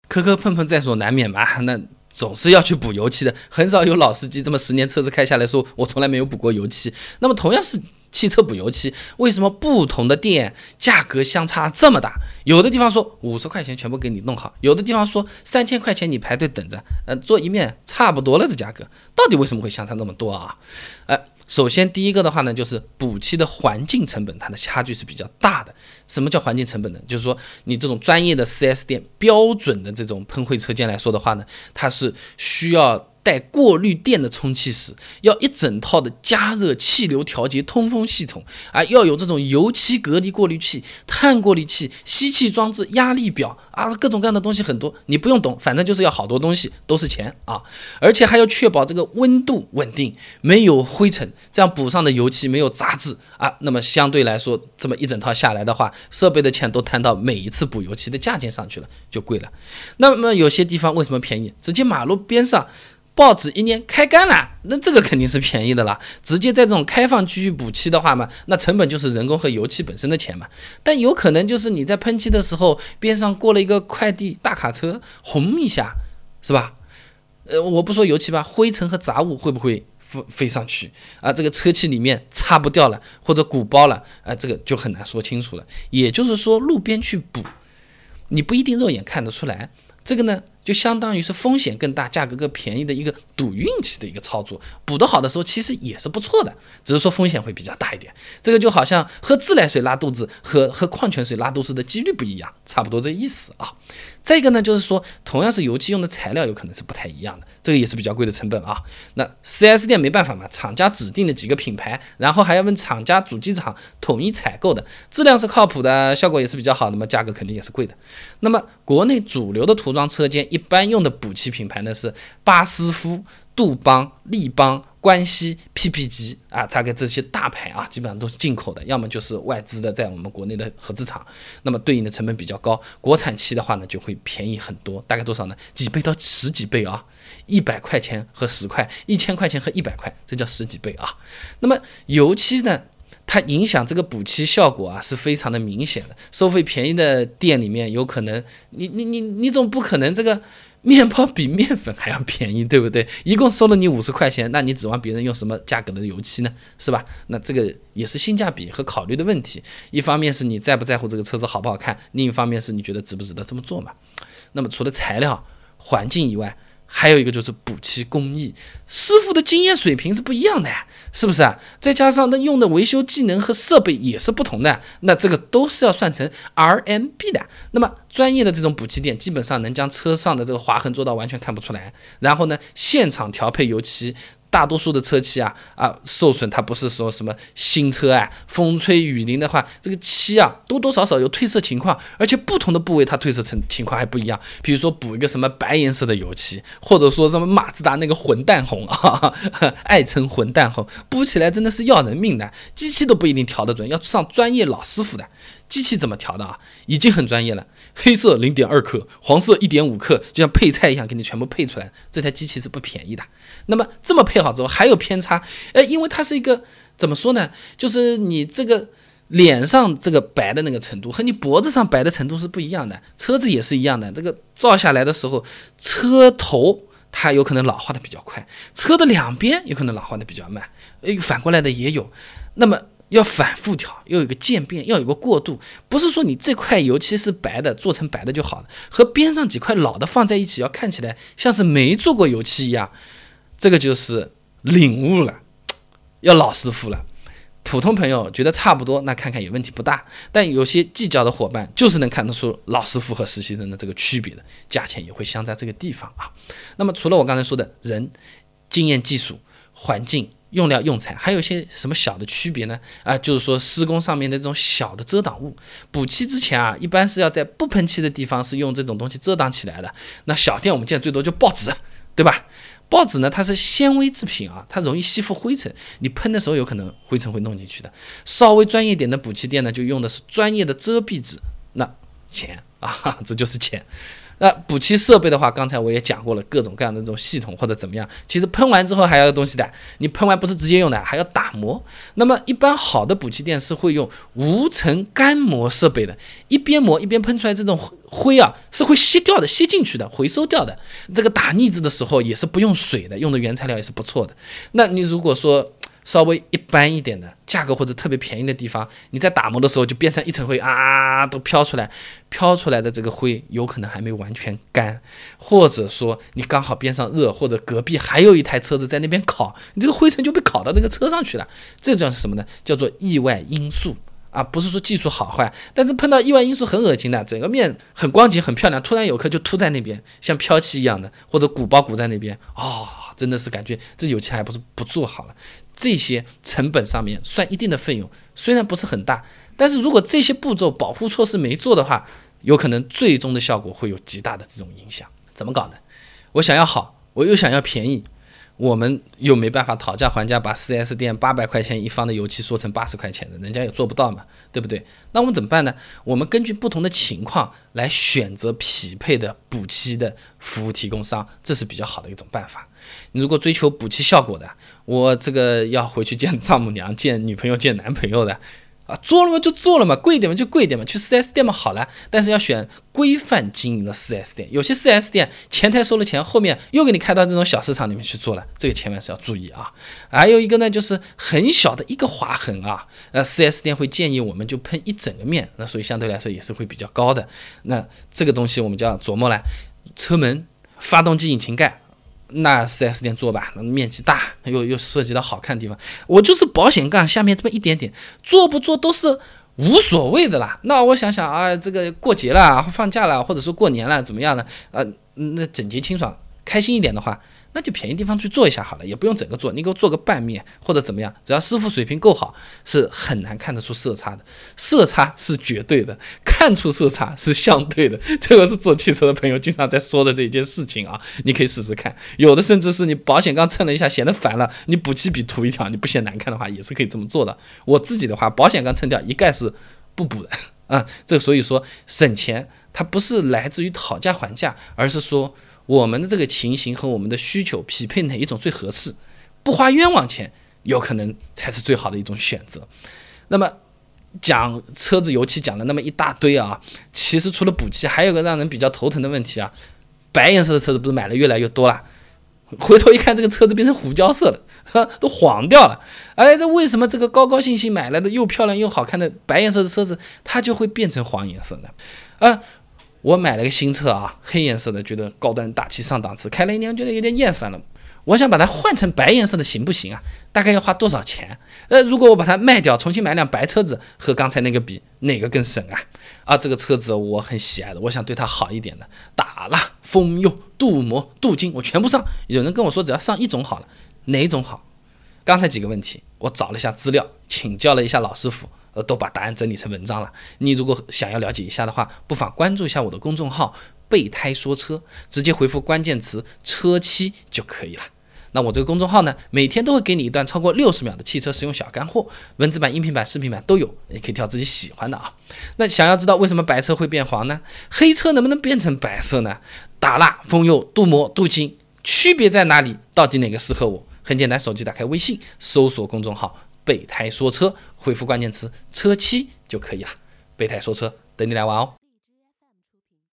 磕磕碰碰在所难免嘛，那总是要去补油漆的，很少有老司机这么10年车子开下来说我从来没有补过油漆。那么同样是汽车补油漆，为什么不同的店价格相差这么大？有的地方说50块钱全部给你弄好，有的地方说3000块钱你排队等着，做一面差不多了，这价格到底为什么会相差那么多啊？首先第一个的话呢，就是补漆的环境成本，它的差距是比较大的。什么叫环境成本呢？就是说你这种专业的 4S 店标准的这种喷绘车间来说的话呢，它是需要带过滤垫的充气室，要一整套的加热、气流调节、通风系统啊，要有这种油漆隔离过滤器、碳过滤器、吸气装置、压力表啊，各种各样的东西很多，你不用懂，反正就是要好多东西，都是钱啊！而且还要确保这个温度稳定，没有灰尘，这样补上的油漆没有杂质啊。那么相对来说，这么一整套下来的话，设备的钱都摊到每一次补油漆的价钱上去了，就贵了。那么有些地方为什么便宜？直接马路边上报纸1年开干了，那这个肯定是便宜的啦。直接在这种开放区域补漆的话嘛，那成本就是人工和油漆本身的钱嘛。但有可能就是你在喷漆的时候，边上过了一个快递大卡车，轰一下，是吧？我不说油漆吧，灰尘和杂物会不会飞上去啊？这个车漆里面擦不掉了，或者鼓包了啊，这个就很难说清楚了。也就是说，路边去补，你不一定肉眼看得出来。这个呢，就相当于是风险更大、价格更便宜的一个赌运气的一个操作。补得好的时候，其实也是不错的，只是说风险会比较大一点。这个就好像喝自来水拉肚子和喝矿泉水拉肚子的几率不一样，差不多这意思啊。再一个呢，就是说同样是油漆用的材料有可能是不太一样的，这个也是比较贵的成本啊。那 4S 店没办法嘛，厂家指定的几个品牌，然后还要问厂家主机厂统一采购的，质量是靠谱的，效果也是比较好的嘛，价格肯定也是贵的。那么国内主流的涂装车间一般用的补漆品牌呢是巴斯夫、杜邦、立邦、关西、PPG 啊，大概这些大牌啊，基本上都是进口的，要么就是外资的，在我们国内的合资厂，那么对应的成本比较高。国产漆的话呢，就会便宜很多，大概多少呢？几倍到10几倍啊，100块钱和10块，1000块钱和100块，这叫10几倍啊。那么油漆呢？它影响这个补漆效果啊，是非常的明显的。收费便宜的店里面，有可能你总不可能这个面包比面粉还要便宜，对不对？一共收了你50块钱，那你指望别人用什么价格的油漆呢？是吧？那这个也是性价比和考虑的问题。一方面是你在不在乎这个车子好不好看，另一方面是你觉得值不值得这么做嘛？那么除了材料、环境以外，还有一个就是补漆工艺，师傅的经验水平是不一样的，是不是啊？再加上他用的维修技能和设备也是不同的，那这个都是要算成 RMB 的。那么专业的这种补漆店基本上能将车上的这个划痕做到完全看不出来，然后呢，现场调配油漆。大多数的车漆受损，它不是说什么新车风吹雨淋的话，这个漆多多少少有褪色情况，而且不同的部位它褪色情况还不一样。比如说补一个什么白颜色的油漆，或者说什么马自达那个混蛋红爱称混蛋红，补起来真的是要人命的，机器都不一定调得准，要上专业老师傅的。机器怎么调的已经很专业了，黑色0.2克，黄色1.5克，就像配菜一样给你全部配出来，这台机器是不便宜的。那么这么配好之后还有偏差，因为它是一个怎么说呢，就是你这个脸上这个白的那个程度和你脖子上白的程度是不一样的，车子也是一样的，这个照下来的时候，车头它有可能老化的比较快，车的两边有可能老化的比较慢，反过来的也有。那么要反复调，要有一个渐变，要有个过渡，不是说你这块油漆是白的做成白的就好了，和边上几块老的放在一起，要看起来像是没做过油漆一样，这个就是领悟了，要老师傅了。普通朋友觉得差不多，那看看也问题不大，但有些计较的伙伴就是能看得出老师傅和实习生的这个区别的，价钱也会相在这个地方啊。那么除了我刚才说的人、经验、技术、环境、用料用材，还有一些什么小的区别呢？就是说施工上面的这种小的遮挡物，补漆之前一般是要在不喷漆的地方是用这种东西遮挡起来的。那小店我们见最多就报纸，对吧？报纸呢，它是纤维制品它容易吸附灰尘，你喷的时候有可能灰尘会弄进去的。稍微专业点的补漆店呢，就用的是专业的遮蔽纸，那钱这就是钱。 那补漆设备的话，刚才我也讲过了，各种各样的这种系统或者怎么样，其实喷完之后还要有东西的，你喷完不是直接用的，还要打磨。那么一般好的补漆店是会用无尘干磨设备的，一边磨一边喷出来这种灰啊，是会吸掉的，吸进去的，回收掉的。这个打腻子的时候也是不用水的，用的原材料也是不错的。那你如果说稍微一般一点的价格或者特别便宜的地方，你在打磨的时候就变成一层灰啊，都飘出来的这个灰有可能还没完全干，或者说你刚好边上热，或者隔壁还有一台车子在那边烤，你这个灰尘就被烤到那个车上去了，这叫什么呢？叫做意外因素啊，不是说技术好坏，但是碰到意外因素很恶心的，整个面很光洁很漂亮，突然有颗就凸在那边，像飘漆一样的，或者鼓包鼓在那边，真的是感觉这油漆还不是不做好了。这些成本上面算一定的费用，虽然不是很大，但是如果这些步骤保护措施没做的话，有可能最终的效果会有极大的这种影响。怎么搞呢？我想要好，我又想要便宜，我们又没办法讨价还价，把 4S 店800块钱一方的油漆说成80块钱的，人家也做不到嘛，对不对？那我们怎么办呢？我们根据不同的情况来选择匹配的补漆的服务提供商，这是比较好的一种办法。你如果追求补漆效果的，我这个要回去见丈母娘、见女朋友、见男朋友的做了嘛就做了嘛，贵一点嘛就贵一点嘛，去 4S 店嘛好了，但是要选规范经营的 4S 店。有些 4S 店前台收了钱，后面又给你开到这种小市场里面去做了，这个千万是要注意啊。还有一个呢，就是很小的一个划痕啊，4S 店会建议我们就喷一整个面，那所以相对来说也是会比较高的。那这个东西我们就要琢磨了，车门、发动机引擎盖。那 4S 店做吧，那面积大，又涉及到好看的地方，我就是保险杠下面这么一点点，做不做都是无所谓的啦。那我想想啊，这个过节了、放假了，或者说过年了，怎么样呢？那整洁清爽、开心一点的话，那就便宜地方去做一下好了，也不用整个做，你给我做个半面或者怎么样，只要师傅水平够好，是很难看得出色差的。色差是绝对的，看出色差是相对的，这个是做汽车的朋友经常在说的这一件事情啊，你可以试试看。有的甚至是你保险杠蹭了一下显得烦了，你补漆笔涂一条，你不嫌难看的话，也是可以这么做的。我自己的话，保险杠蹭掉一概是不补的啊。这所以说省钱，它不是来自于讨价还价，而是说我们的这个情形和我们的需求匹配哪一种最合适，不花冤枉钱，有可能才是最好的一种选择。那么讲车子油漆讲了那么一大堆啊，其实除了补漆，还有个让人比较头疼的问题啊，白颜色的车子不是买了越来越多了，回头一看这个车子变成胡椒色了，都黄掉了。这为什么这个高高兴兴买来的又漂亮又好看的白颜色的车子，它就会变成黄颜色呢？我买了个新车啊，黑颜色的，觉得高端大气上档次，开了一年觉得有点厌烦了，我想把它换成白颜色的行不行啊？大概要花多少钱？如果我把它卖掉，重新买辆白车子，和刚才那个比，哪个更省啊？这个车子我很喜爱的，我想对它好一点的，打蜡、封釉、镀膜、镀金，我全部上。有人跟我说只要上一种好了，哪一种好？刚才几个问题，我找了一下资料，请教了一下老师傅。都把答案整理成文章了。你如果想要了解一下的话，不妨关注一下我的公众号备胎说车，直接回复关键词车漆就可以了。那我这个公众号呢，每天都会给你一段超过60秒的汽车实用小干货，文字版、音频版、视频版都有，你可以挑自己喜欢的啊。那想要知道为什么白车会变黄呢？黑车能不能变成白色呢？打蜡、封釉、镀膜、镀金，区别在哪里？到底哪个适合我？很简单，手机打开微信，搜索公众号备胎说车，回复关键词车漆就可以了。备胎说车，等你来玩哦。